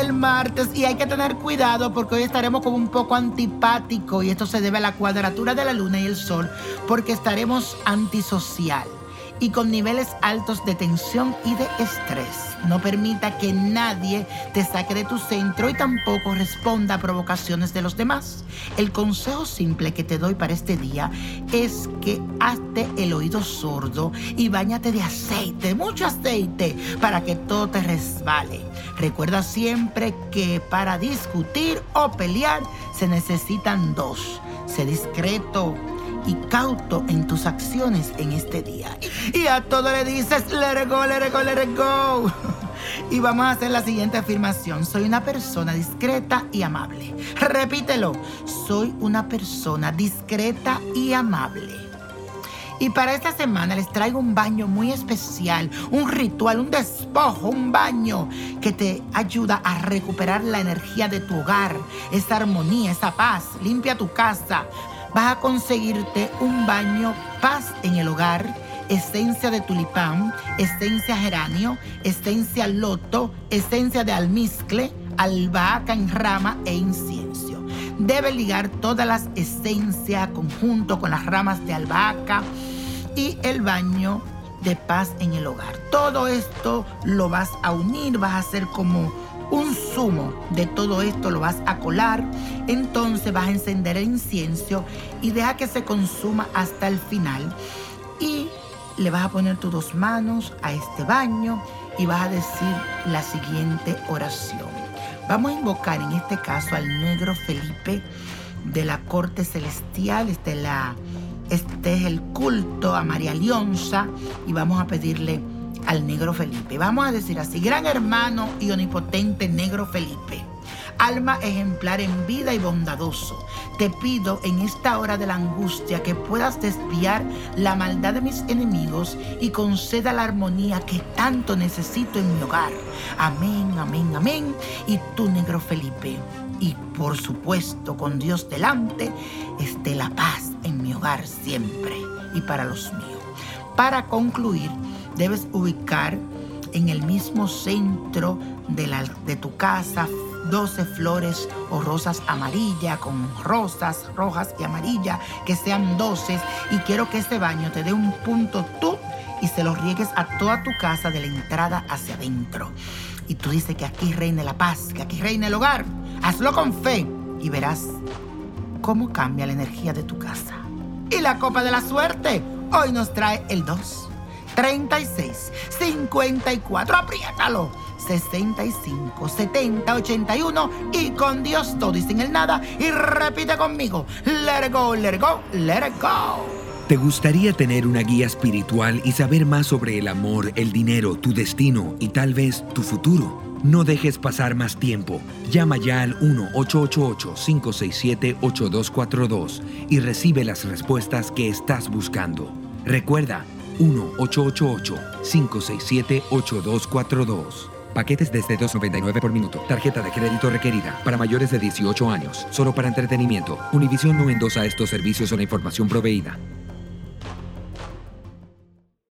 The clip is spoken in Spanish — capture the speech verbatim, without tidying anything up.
el martes y hay que tener cuidado porque hoy estaremos como un poco antipáticos y esto se debe a la cuadratura de la luna y el sol porque estaremos antisocial y con niveles altos de tensión y de estrés. No permita que nadie te saque de tu centro y tampoco responda a provocaciones de los demás. El consejo simple que te doy para este día es que hazte el oído sordo y báñate de aceite, mucho aceite, para que todo te resbale. Recuerda siempre que para discutir o pelear se necesitan dos. Sé discreto y cauto en tus acciones en este día. Y a todo le dices, let it go, let it go, let it go. Y vamos a hacer la siguiente afirmación. Soy una persona discreta y amable. Repítelo. Soy una persona discreta y amable. Y para esta semana les traigo un baño muy especial, un ritual, un despojo, un baño que te ayuda a recuperar la energía de tu hogar, esa armonía, esa paz. Limpia tu casa. Vas a conseguirte un baño paz en el hogar, esencia de tulipán, esencia geranio, esencia loto, esencia de almizcle, albahaca en rama e incienso. Debe ligar todas las esencias conjunto con las ramas de albahaca y el baño de paz en el hogar. Todo esto lo vas a unir, vas a hacer como un zumo de todo esto, lo vas a colar. Entonces vas a encender el incienso y deja que se consuma hasta el final. Y le vas a poner tus dos manos a este baño y vas a decir la siguiente oración. Vamos a invocar en este caso al negro Felipe de la corte celestial. Este, la, este es el culto a María Leonza y vamos a pedirle al negro Felipe. Vamos a decir así: gran hermano y omnipotente negro Felipe, alma ejemplar en vida y bondadoso, te pido en esta hora de la angustia que puedas desviar la maldad de mis enemigos y conceda la armonía que tanto necesito en mi hogar. Amén, amén, amén. Y tú, negro Felipe, y por supuesto con Dios delante, esté la paz en mi hogar siempre y para los míos. Para concluir, debes ubicar en el mismo centro de, la, de tu casa doce flores o rosas amarillas con rosas rojas y amarillas, que sean doce. Y quiero que este baño te dé un punto tú y se lo riegues a toda tu casa de la entrada hacia adentro. Y tú dices que aquí reine la paz, que aquí reine el hogar. Hazlo con fe y verás cómo cambia la energía de tu casa. Y la copa de la suerte hoy nos trae el dos, treinta y seis, cincuenta y cuatro, apriétalo, sesenta y cinco, setenta, ochenta y uno y con Dios todo y sin el nada. Y repite conmigo: let it go, let it go, let it go. ¿Te gustaría tener una guía espiritual y saber más sobre el amor, el dinero, tu destino y tal vez tu futuro? No dejes pasar más tiempo. Llama ya al uno ocho ocho ocho, cinco seis siete, ocho dos cuatro dos y recibe las respuestas que estás buscando. Recuerda, uno ocho ocho ocho, cinco seis siete, ocho dos cuatro dos. Paquetes desde dos noventa y nueve por minuto. Tarjeta de crédito requerida para mayores de dieciocho años. Solo para entretenimiento. Univision no endosa estos servicios o la información proveída.